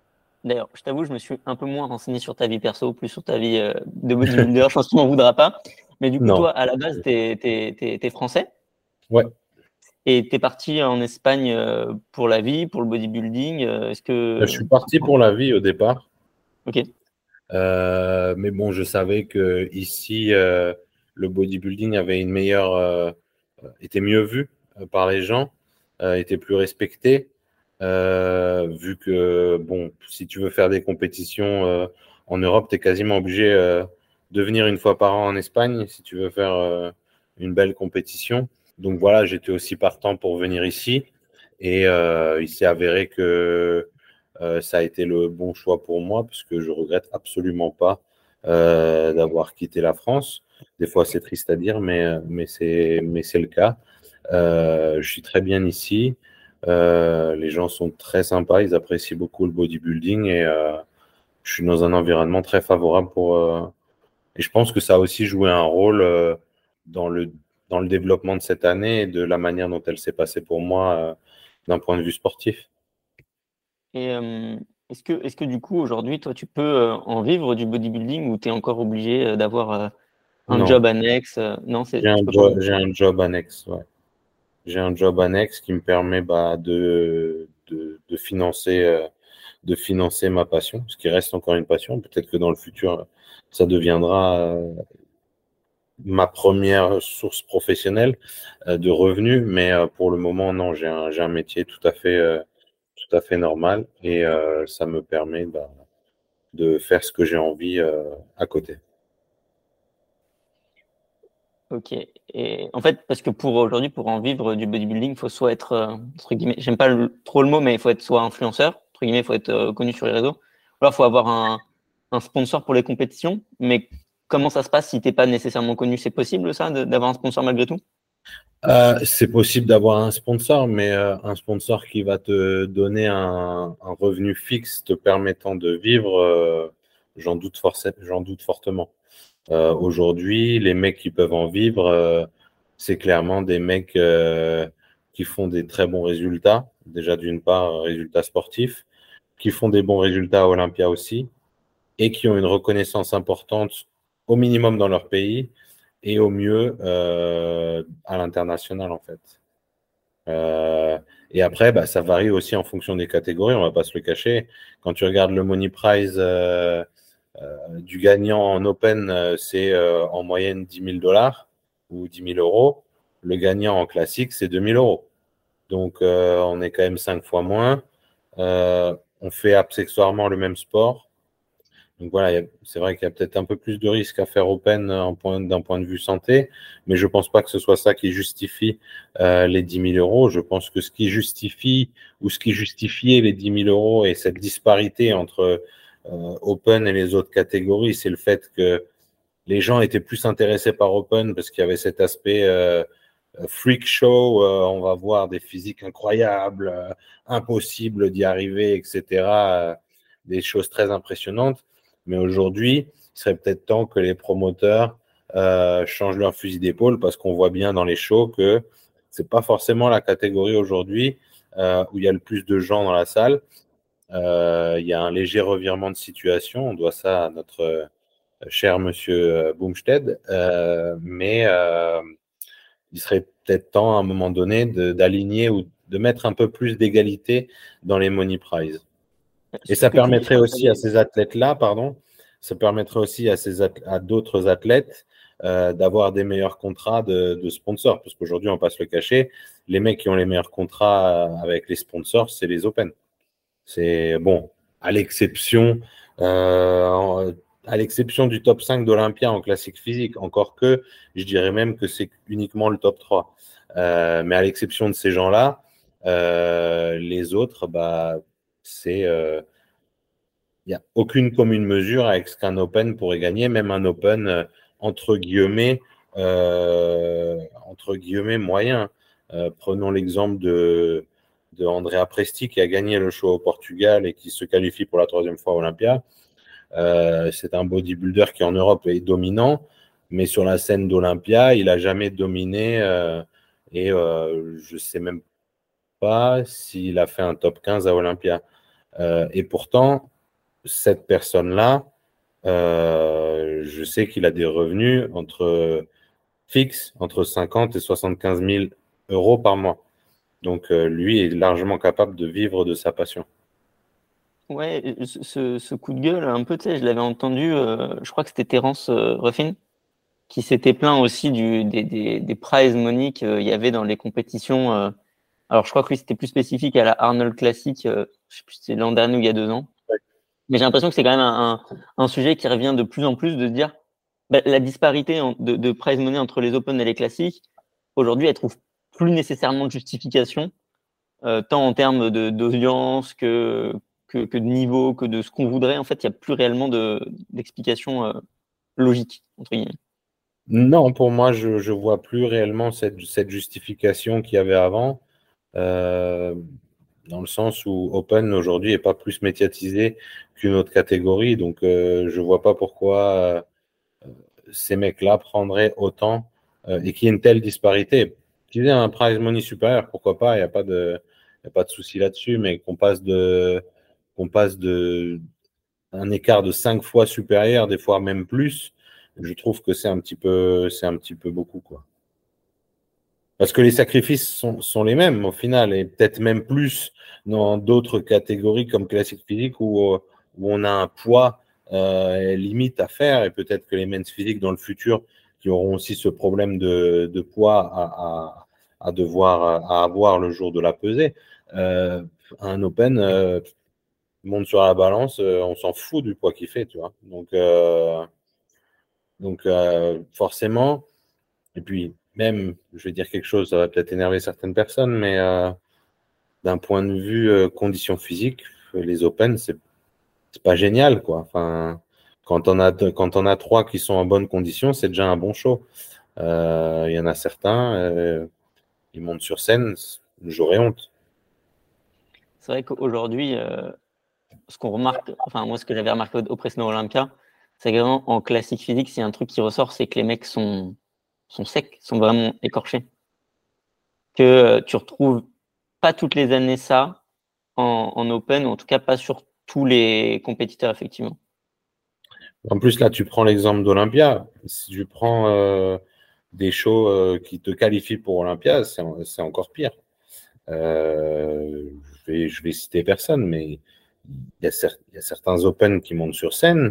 D'ailleurs, je t'avoue, je me suis un peu moins renseigné sur ta vie perso, plus sur ta vie euh, de bodybuilder. Je pense que tu m'en voudras pas. Mais du coup, Non. toi, à la base, t'es, t'es, t'es, t'es français Ouais. et t'es parti en Espagne euh, pour la vie, pour le bodybuilding. euh, Est-ce Je que... suis parti pour la vie au départ. Ok. Euh, mais bon, je savais que ici, euh, le bodybuilding avait une meilleure, euh, était mieux vu euh, par les gens, euh, était plus respecté, euh, vu que bon, si tu veux faire des compétitions euh, en Europe, tu es quasiment obligé euh, de venir une fois par an en Espagne si tu veux faire euh, une belle compétition. Donc voilà, j'étais aussi partant pour venir ici, et euh, il s'est avéré que euh, ça a été le bon choix pour moi, parce que je regrette absolument pas euh, d'avoir quitté la France. Des fois, c'est triste à dire, mais, mais c'est, mais c'est le cas. Euh, je suis très bien ici. Euh, les gens sont très sympas, ils apprécient beaucoup le bodybuilding, et euh, je suis dans un environnement très favorable pour. Euh, et je pense que ça a aussi joué un rôle euh, dans le, dans le développement de cette année et de la manière dont elle s'est passée pour moi euh, d'un point de vue sportif. Et euh, est-ce que, est-ce que du coup, aujourd'hui, toi, tu peux euh, en vivre du bodybuilding ou tu es encore obligé euh, d'avoir euh, un Non, job annexe? euh, Non, j'ai c'est, un tu peux pas en job, vivre. j'ai un job annexe. Ouais. J'ai un job annexe qui me permet bah, de, de, de financer, euh, de financer ma passion, ce qui reste encore une passion. Peut-être que dans le futur, ça deviendra euh, ma première source professionnelle euh, de revenus, mais euh, pour le moment, non, j'ai un, j'ai un métier tout à fait, euh, tout à fait normal, et euh, ça me permet bah, de faire ce que j'ai envie euh, à côté. Ok. Et en fait, parce que pour aujourd'hui, pour en vivre du bodybuilding, il faut soit être, euh, entre guillemets, j'aime pas le- trop le mot, mais il faut être soit influenceur, entre guillemets, il faut être euh, connu sur les réseaux, ou alors il faut avoir un, un sponsor pour les compétitions. Mais comment ça se passe si t'es pas nécessairement connu? C'est possible ça, de- d'avoir un sponsor malgré tout? Euh, c'est possible d'avoir un sponsor, mais euh, un sponsor qui va te donner un, un revenu fixe te permettant de vivre, euh, j'en doute, forcé- j'en doute fortement. Euh, aujourd'hui, les mecs qui peuvent en vivre, euh, c'est clairement des mecs euh, qui font des très bons résultats. Déjà, d'une part, résultats sportifs, qui font des bons résultats à Olympia aussi, et qui ont une reconnaissance importante, au minimum dans leur pays, et au mieux euh, à l'international, en fait. Euh, et après, bah, ça varie aussi en fonction des catégories, on va pas se le cacher. Quand tu regardes le Money Prize euh, euh, du gagnant en Open, euh, c'est euh, en moyenne dix mille dollars ou dix mille euros. Le gagnant en classique, c'est deux mille euros. Donc, euh, on est quand même cinq fois moins. Euh, on fait accessoirement le même sport. Donc voilà, y a- c'est vrai qu'il y a peut-être un peu plus de risques à faire open euh, en point- d'un point de vue santé, mais je pense pas que ce soit ça qui justifie euh, les dix mille euros. Je pense que ce qui justifie ou ce qui justifiait les dix mille euros et cette disparité entre euh, open et les autres catégories, c'est le fait que les gens étaient plus intéressés par open parce qu'il y avait cet aspect euh, freak show, euh, on va voir des physiques incroyables, euh, impossible d'y arriver, et cetera. euh, des choses très impressionnantes. Mais aujourd'hui, il serait peut-être temps que les promoteurs euh, changent leur fusil d'épaule, parce qu'on voit bien dans les shows que c'est pas forcément la catégorie aujourd'hui euh, où il y a le plus de gens dans la salle. Euh, il y a un léger revirement de situation. On doit ça à notre euh, cher monsieur euh, Bumstead. Euh, mais euh, il serait peut-être temps à un moment donné de- d'aligner ou de mettre un peu plus d'égalité dans les money prizes. Et Surtout ça que tu dis permettrait ça, ça aussi à veut- ces athlètes-là, pardon, ça permettrait aussi à, ces athlètes, à d'autres athlètes euh, d'avoir des meilleurs contrats de, de sponsors. Parce qu'aujourd'hui, on ne va pas se le cacher, les mecs qui ont les meilleurs contrats euh, avec les sponsors, c'est les Open. C'est bon, à l'exception euh, à l'exception du top cinq d'Olympia en classique physique. Encore que, je dirais même que c'est uniquement le top trois. Euh, mais à l'exception de ces gens-là, euh, les autres, bah, c'est euh, il n'y a aucune commune mesure avec ce qu'un Open pourrait gagner, même un Open euh, entre guillemets, euh, entre guillemets moyen. Euh, prenons l'exemple de, de Andrea Presti, qui a gagné le show au Portugal et qui se qualifie pour la troisième fois à Olympia. Euh, c'est un bodybuilder qui en Europe est dominant, mais sur la scène d'Olympia, il n'a jamais dominé euh, et euh, je ne sais même pas s'il a fait un top quinze à Olympia. Euh, et pourtant, cette personne-là, euh, je sais qu'il a des revenus entre fixes entre cinquante et soixante-quinze mille euros par mois. Donc, euh, lui est largement capable de vivre de sa passion. Ouais, ce, ce coup de gueule, un peu, tu sais, je l'avais entendu, euh, je crois que c'était Terence euh, Ruffin, qui s'était plaint aussi du, des, des, des prize money qu'il y avait dans les compétitions. Euh, alors, je crois que lui, c'était plus spécifique à la Arnold Classic, euh, je sais plus si c'est l'an dernier ou il y a deux ans. Ouais. Mais j'ai l'impression que c'est quand même un, un, un sujet qui revient de plus en plus de se dire bah, la disparité en, de, de prize money entre les Open et les classiques, aujourd'hui, elle trouve plus nécessairement de justification, euh, tant en termes de, d'audience que, que, que de niveau, que de ce qu'on voudrait. En fait, il n'y a plus réellement de, d'explication euh, logique, entre guillemets. Non, pour moi, je ne vois plus réellement cette, cette justification qu'il y avait avant, euh, dans le sens où Open aujourd'hui n'est pas plus médiatisé qu'une autre catégorie. Donc, euh, je ne vois pas pourquoi euh, ces mecs-là prendraient autant euh, et qu'il y ait une telle disparité. Qu'ils aient un prize money supérieur, pourquoi pas, il n'y a pas de, y a pas de souci là-dessus, mais qu'on passe de, qu'on passe de un écart de cinq fois supérieur, des fois même plus, je trouve que c'est un petit peu, c'est un petit peu beaucoup, quoi. Parce que les sacrifices sont, sont les mêmes au final, et peut-être même plus dans d'autres catégories comme classique physique où, où on a un poids euh, limite à faire, et peut-être que les men's physiques dans le futur qui auront aussi ce problème de, de poids à, à, à devoir à avoir le jour de la pesée. Euh, un open euh, monte sur la balance, euh, on s'en fout du poids qu'il fait, tu vois. Donc, euh, donc euh, forcément, et puis même, je vais dire quelque chose, ça va peut-être énerver certaines personnes, mais euh, d'un point de vue euh, conditions physiques, les Open, c'est c'est pas génial, quoi. Enfin, quand on a deux- quand on a trois qui sont en bonne condition, c'est déjà un bon show. Euh, Il y en a certains, euh, ils montent sur scène, j'aurais honte. C'est vrai qu'aujourd'hui, euh, ce qu'on remarque, enfin, moi, ce que j'avais remarqué au, au précédent Olympia, c'est que vraiment, en classique physique, s'il y a un truc qui ressort, c'est que les mecs sont, sont secs, sont vraiment écorchés. Que euh, tu retrouves pas toutes les années ça en, en open, ou en tout cas pas sur tous les compétiteurs, effectivement. En plus, là, tu prends l'exemple d'Olympia. Si tu prends euh, des shows euh, qui te qualifient pour Olympia, c'est c'est encore pire. Euh, je vais, je vais citer personne, mais il y a, cer- il y a certains Open qui montent sur scène.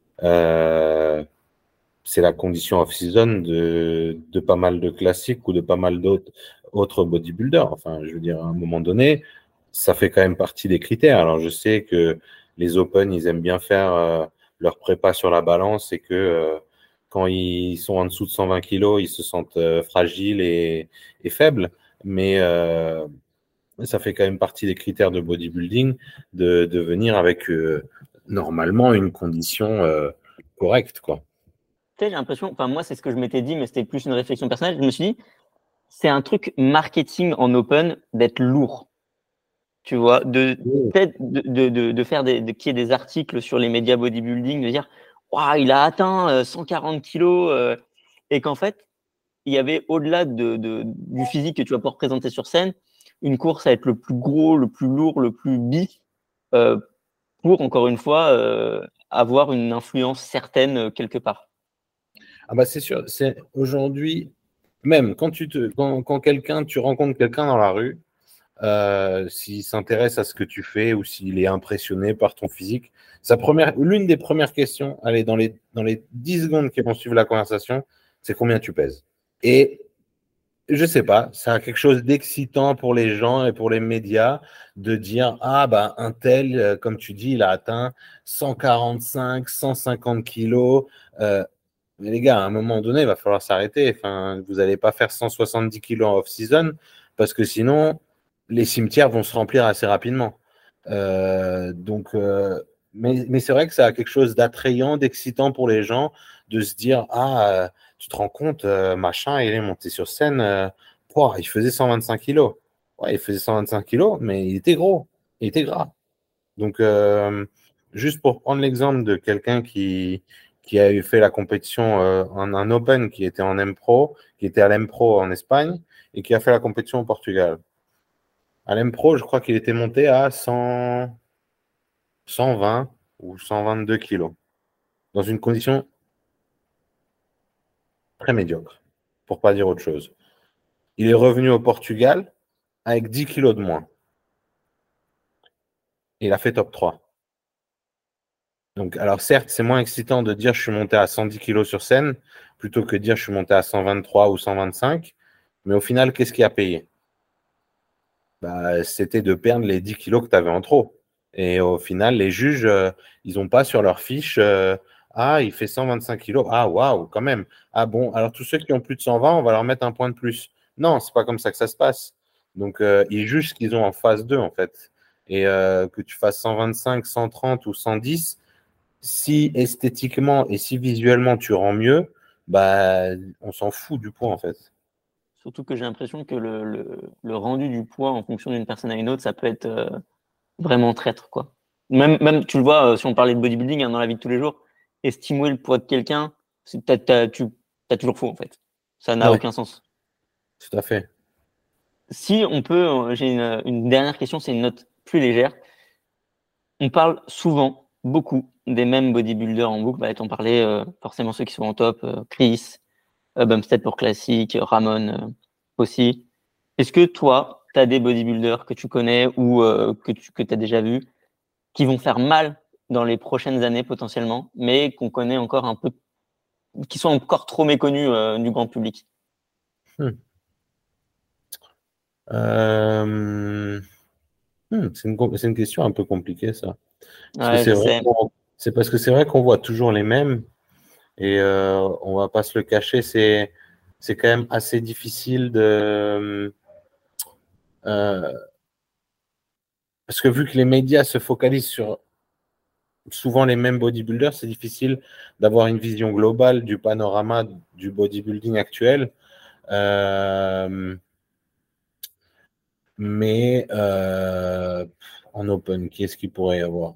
Euh, c'est la condition off-season de, de pas mal de classiques ou de pas mal d'autres autres bodybuilders. Enfin, je veux dire, à un moment donné, ça fait quand même partie des critères. Alors, je sais que les Open, ils aiment bien faire euh, leur prépa sur la balance et que euh, quand ils sont en dessous de cent vingt kilos, ils se sentent euh, fragiles et, et faibles. Mais euh, ça fait quand même partie des critères de bodybuilding de, de venir avec euh, normalement une condition euh, correcte, quoi. Tu sais, j'ai l'impression, enfin, moi, c'est ce que je m'étais dit, mais c'était plus une réflexion personnelle. Je me suis dit, c'est un truc marketing en open d'être lourd. Tu vois, de, Oui. peut-être de, de, de, de faire des, de, qu'il y ait des articles sur les médias bodybuilding, de dire, waouh, il a atteint euh, cent quarante kilos, euh, et qu'en fait, il y avait au-delà de, de, du physique que tu vas pouvoir présenter sur scène, une course à être le plus gros, le plus lourd, le plus bif, euh, pour, encore une fois, euh, avoir une influence certaine euh, quelque part. Ah bah c'est sûr, c'est aujourd'hui, même quand tu te, quand, quand quelqu'un, tu rencontres quelqu'un dans la rue, euh, s'il s'intéresse à ce que tu fais ou s'il est impressionné par ton physique, sa première, l'une des premières questions, allez, dans les, dans les dix secondes qui vont suivre la conversation, c'est combien tu pèses. Et je sais pas, ça a quelque chose d'excitant pour les gens et pour les médias de dire ah bah un tel, euh, comme tu dis, il a atteint cent quarante-cinq, cent cinquante kilos. Euh, mais les gars, à un moment donné, il va falloir s'arrêter. Enfin, vous n'allez pas faire cent soixante-dix kilos en off-season parce que sinon, les cimetières vont se remplir assez rapidement. Euh, donc, euh, mais, mais c'est vrai que ça a quelque chose d'attrayant, d'excitant pour les gens de se dire ah, euh, tu te rends compte, euh, machin, il est monté sur scène, euh, pouah, il faisait cent vingt-cinq kilos. Ouais, il faisait cent vingt-cinq kilos, mais il était gros, il était gras. Donc, euh, juste pour prendre l'exemple de quelqu'un qui, qui a eu fait la compétition euh, en un Open, qui était en M-Pro, qui était à l'M-Pro en Espagne et qui a fait la compétition au Portugal. À l'M-Pro, je crois qu'il était monté à cent, cent vingt ou cent vingt-deux kilos, dans une condition très médiocre, pour pas dire autre chose. Il est revenu au Portugal avec dix kilos de moins. Et il a fait top trois. Donc, alors certes, c'est moins excitant de dire je suis monté à cent dix kilos sur scène plutôt que de dire je suis monté à cent vingt-trois ou cent vingt-cinq. Mais au final, qu'est-ce qui a payé? Bah, c'était de perdre les dix kilos que tu avais en trop. Et au final, les juges, euh, ils n'ont pas sur leur fiche euh, ah, il fait cent vingt-cinq kilos. Ah, waouh, quand même. Ah bon, alors tous ceux qui ont plus de cent vingt, on va leur mettre un point de plus. Non, c'est pas comme ça que ça se passe. Donc, euh, ils jugent ce qu'ils ont en phase deux, en fait. Et euh, que tu fasses cent vingt-cinq, cent trente ou cent dix, si esthétiquement et si visuellement tu rends mieux, bah, on s'en fout du poids, en fait. Surtout que j'ai l'impression que le, le, le rendu du poids en fonction d'une personne à une autre, ça peut être euh, vraiment traître, quoi. Même, même, tu le vois, euh, si on parlait de bodybuilding hein, dans la vie de tous les jours, estimer le poids de quelqu'un, c'est, t'as, t'as, tu as toujours faux, en fait. Ça n'a Ouais, aucun sens. tout à fait. Si on peut, euh, j'ai une, une dernière question, c'est une note plus légère. On parle souvent, beaucoup, des mêmes bodybuilders en boucle. Bah, t'en parlais, euh, forcément ceux qui sont en top, euh, Chris, euh, Bumstead pour classique, Ramon euh, aussi. Est-ce que toi, tu as des bodybuilders que tu connais ou euh, que tu que as déjà vus qui vont faire mal dans les prochaines années potentiellement, mais qu'on connaît encore un peu, qui sont encore trop méconnus euh, du grand public? Hmm. Euh, hmm, c'est une, com- c'est une question un peu compliquée, ça. Parce que Ouais, c'est je vrai sais. qu'on, c'est parce que c'est vrai qu'on voit toujours les mêmes et euh, on va pas se le cacher, c'est, c'est quand même assez difficile de. euh, parce que vu que les médias se focalisent sur souvent les mêmes bodybuilders, c'est difficile d'avoir une vision globale du panorama du bodybuilding actuel. Euh, mais euh, en open, qui est-ce qu'il pourrait y avoir?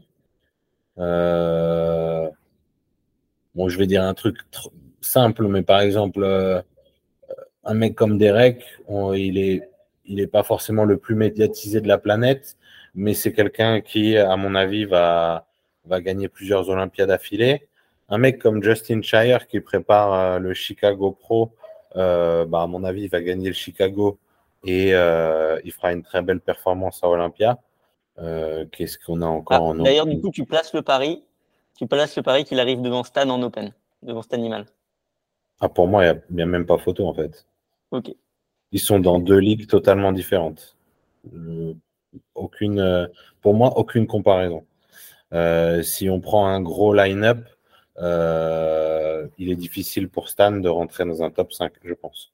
Euh, bon, je vais dire un truc tr- simple, mais par exemple, euh, un mec comme Derek, on- il est, il est pas forcément le plus médiatisé de la planète, mais c'est quelqu'un qui, à mon avis, va, va gagner plusieurs Olympiades affilées. Un mec comme Justin Shire qui prépare euh, le Chicago Pro, euh, bah, à mon avis, il va gagner le Chicago et euh, il fera une très belle performance à Olympia. Euh, qu'est-ce qu'on a encore Ah, en d'ailleurs, du open? coup, tu places le pari, tu places le pari qu'il arrive devant Stan en open, devant Stan Animal. Ah, pour moi, il n'y a, a même pas photo en fait. Ok. Ils sont dans deux ligues totalement différentes. Euh, aucune, euh, pour moi, aucune comparaison. Euh, si on prend un gros line-up, euh, il est difficile pour Stan de rentrer dans un top cinq, je pense.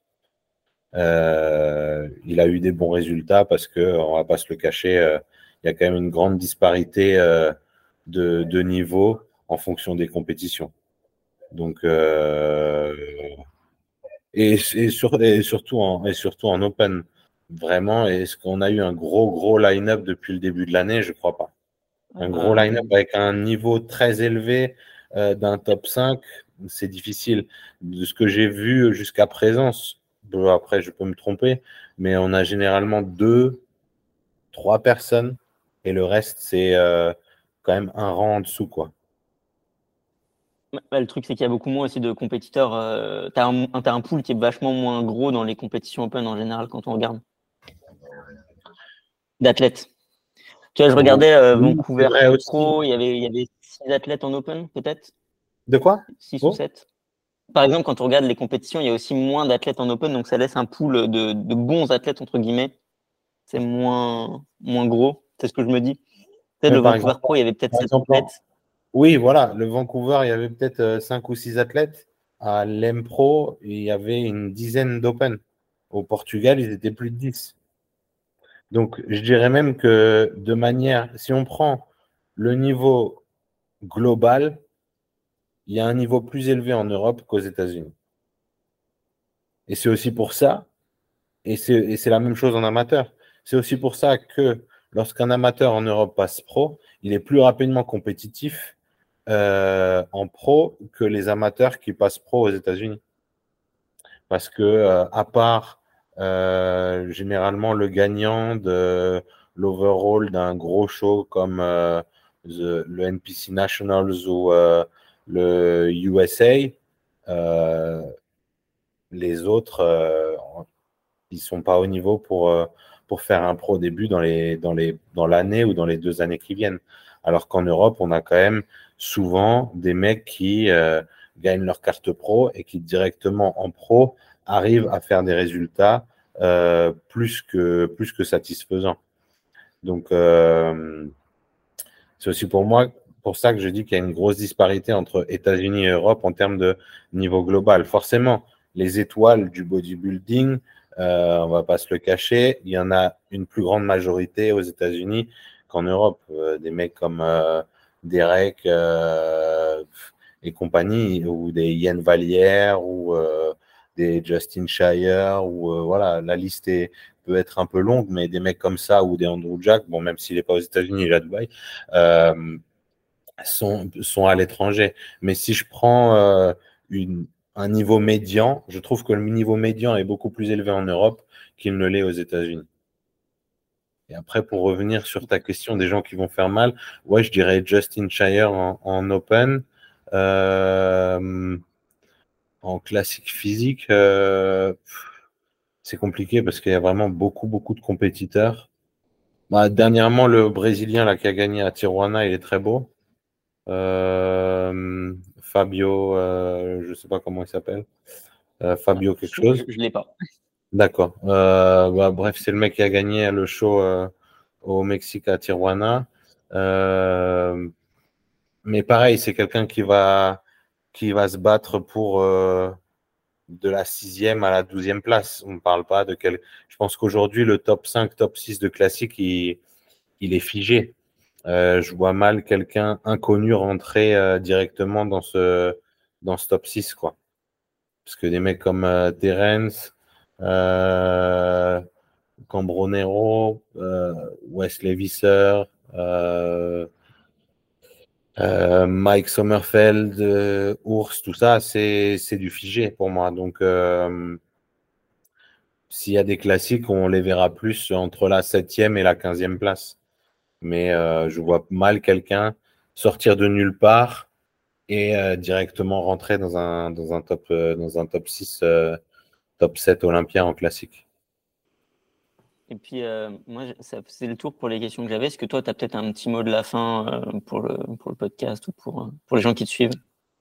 Euh, il a eu des bons résultats parce que, on va pas se le cacher, euh, il y a quand même une grande disparité euh, de, de niveau en fonction des compétitions. Donc, euh, et, et, sur, et, surtout en, et surtout en open, vraiment, est-ce qu'on a eu un gros, gros line-up depuis le début de l'année? Je crois pas. Un gros line-up Euh, avec un niveau très élevé euh, d'un top cinq, c'est difficile. De ce que j'ai vu jusqu'à présent, bon, après je peux me tromper, mais on a généralement deux, trois personnes et le reste, c'est euh, quand même un rang en dessous, quoi. bah, le truc, c'est qu'il y a beaucoup moins aussi de compétiteurs. Euh, t'as un, un- t'as un pool qui est vachement moins gros dans les compétitions open en général quand on regarde. D'athlètes. Tu vois, je regardais euh, Oui, c'est Vancouver vrai aussi. Pro, il y avait, il y avait six athlètes en open, peut-être, De quoi? six ou Oh, sept. Par exemple, quand on regarde les compétitions, il y a aussi moins d'athlètes en open, donc ça laisse un pool de, de bons athlètes, entre guillemets. C'est moins, moins gros, c'est ce que je me dis. Peut-être mais le par Vancouver exemple, Pro, il y avait peut-être par sept exemple, en- athlètes. oui, voilà, le Vancouver, il y avait peut-être euh, cinq ou six athlètes. À l'M Pro, il y avait une dizaine d'Open. Au Portugal, ils étaient plus de dix. Donc, je dirais même que de manière, si on prend le niveau global, il y a un niveau plus élevé en Europe qu'aux États-Unis. Et c'est aussi pour ça, et c'est et c'est la même chose en amateur, c'est aussi pour ça que lorsqu'un amateur en Europe passe pro, il est plus rapidement compétitif euh, en pro que les amateurs qui passent pro aux États-Unis. Parce que, euh, à part euh, généralement le gagnant de l'overall d'un gros show comme euh, the- le N P C Nationals ou euh, le U S A, euh, les autres, euh, ils sont pas au niveau pour, euh, pour faire un pro début dans les, dans les, dans l'année ou dans les deux années qui viennent. Alors qu'en Europe, on a quand même souvent des mecs qui euh, gagnent leur carte pro et qui directement en pro arrivent à faire des résultats euh, plus que, plus que satisfaisants. Donc, euh, c'est aussi pour moi, pour ça que je dis qu'il y a une grosse disparité entre États-Unis et Europe en termes de niveau global. Forcément, les étoiles du bodybuilding, euh, on va pas se le cacher, il y en a une plus grande majorité aux États-Unis qu'en Europe. Euh, des mecs comme euh, Derek euh, et compagnie, ou des Ian Vallière, ou euh, des Justin Shire, ou euh, voilà, la liste est, peut être un peu longue, mais des mecs comme ça, ou des Andrew Jack, bon, même s'il n'est pas aux États-Unis, il est à Dubaï, euh, sont, sont à l'étranger. Mais si je prends euh, une, un niveau médian, je trouve que le niveau médian est beaucoup plus élevé en Europe qu'il ne l'est aux États-Unis. Et après, pour revenir sur ta question des gens qui vont faire mal, ouais, je dirais Justin Shire en, en open. Euh, en classique physique, euh, c'est compliqué parce qu'il y a vraiment beaucoup, beaucoup de compétiteurs. Bah, dernièrement, le Brésilien là, qui a gagné à Tijuana, il est très beau. Euh, Fabio, euh, je ne sais pas comment il s'appelle. Euh, Fabio quelque Je chose. ne l'ai pas. D'accord. Euh, bah, bref, c'est le mec qui a gagné le show euh, au Mexique à Tijuana. Euh, mais pareil, c'est quelqu'un qui va, qui va se battre pour euh, de la sixième à la douzième place. On ne parle pas de quel. Je pense qu'aujourd'hui, le top cinq, top six de classique, il, il est figé. Euh, je vois mal quelqu'un inconnu rentrer euh, directement dans ce, dans ce top six, quoi. Parce que des mecs comme euh, Terence, euh, Cambronero, euh, Wesley Visser, euh, euh, Mike Sommerfeld, euh, Ours, tout ça, c'est, c'est du figé pour moi. Donc, euh, s'il y a des classiques, on les verra plus entre la septième et la quinzième place. Mais euh, je vois mal quelqu'un sortir de nulle part et euh, directement rentrer dans un, dans un, top, euh, dans un top six, euh, top sept olympien en classique. Et puis, euh, moi, ça c'est le tour pour les questions que j'avais. Est-ce que toi, tu as peut-être un petit mot de la fin euh, pour, le, pour le podcast ou pour, euh, pour les gens qui te suivent?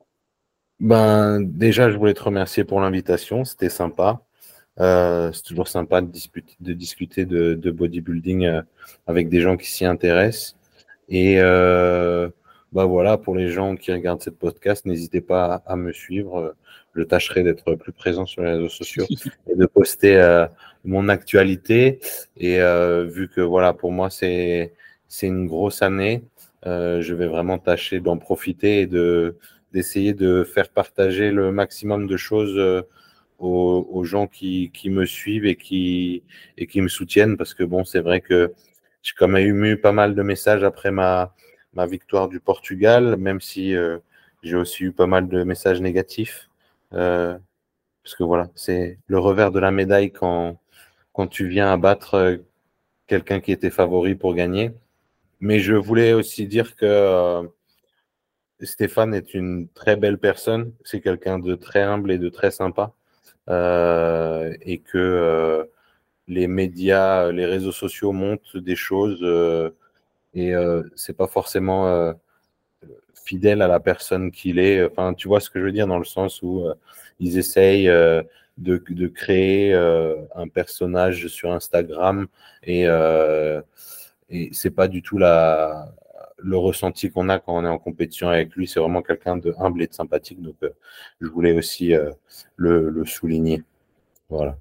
Ben, déjà, je voulais te remercier pour l'invitation. C'était sympa. Euh, c'est toujours sympa de, disputer, de discuter de, de bodybuilding euh, avec des gens qui s'y intéressent. Et euh, bah voilà, pour les gens qui regardent cette podcast, n'hésitez pas à, à me suivre. Je tâcherai d'être plus présent sur les réseaux sociaux et de poster euh, mon actualité. Et euh, vu que voilà, pour moi, c'est c'est une grosse année, euh, je vais vraiment tâcher d'en profiter et de d'essayer de faire partager le maximum de choses euh, aux, aux gens qui, qui me suivent et qui, et qui me soutiennent. Parce que bon, c'est vrai que j'ai quand même eu pas mal de messages après ma, ma victoire du Portugal, même si euh, j'ai aussi eu pas mal de messages négatifs. Euh, parce que voilà, c'est le revers de la médaille quand, quand tu viens abattre euh, quelqu'un qui était favori pour gagner. Mais je voulais aussi dire que euh, Stéphane est une très belle personne. C'est quelqu'un de très humble et de très sympa. Euh, et que euh, les médias, les réseaux sociaux montrent des choses euh, et euh, c'est pas forcément euh, fidèle à la personne qu'il est. Enfin, tu vois ce que je veux dire dans le sens où euh, ils essayent euh, de, de créer euh, un personnage sur Instagram et, euh, et c'est pas du tout la, le ressenti qu'on a quand on est en compétition avec lui. C'est vraiment quelqu'un de humble et de sympathique. Donc, euh, je voulais aussi euh, le, le souligner. Voilà.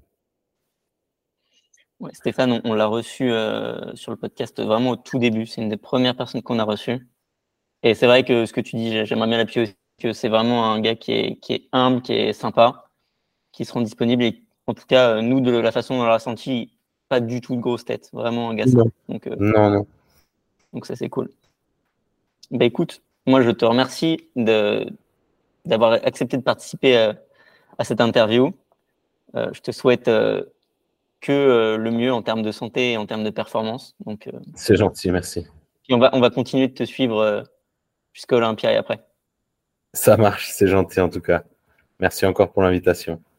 Ouais, Stéphane, on, on l'a reçu euh, sur le podcast vraiment au tout début. C'est une des premières personnes qu'on a reçues. Et c'est vrai que ce que tu dis, j'aimerais bien l'appuyer aussi, que c'est vraiment un gars qui est, qui est humble, qui est sympa, qui se rend disponible. Et en tout cas, euh, nous, de la façon dont on l'a ressenti, pas du tout de grosse tête. Vraiment un gars Non, simple. Donc, euh, non, non. donc ça, c'est cool. Bah écoute, moi, je te remercie de, d'avoir accepté de participer euh, à cette interview. Euh, je te souhaite euh, que euh, le mieux en termes de santé et en termes de performance. Donc, euh, C'est gentil, merci. puis on va, on va continuer de te suivre euh, jusqu'à Olympia et après. Ça marche, c'est gentil en tout cas. Merci encore pour l'invitation.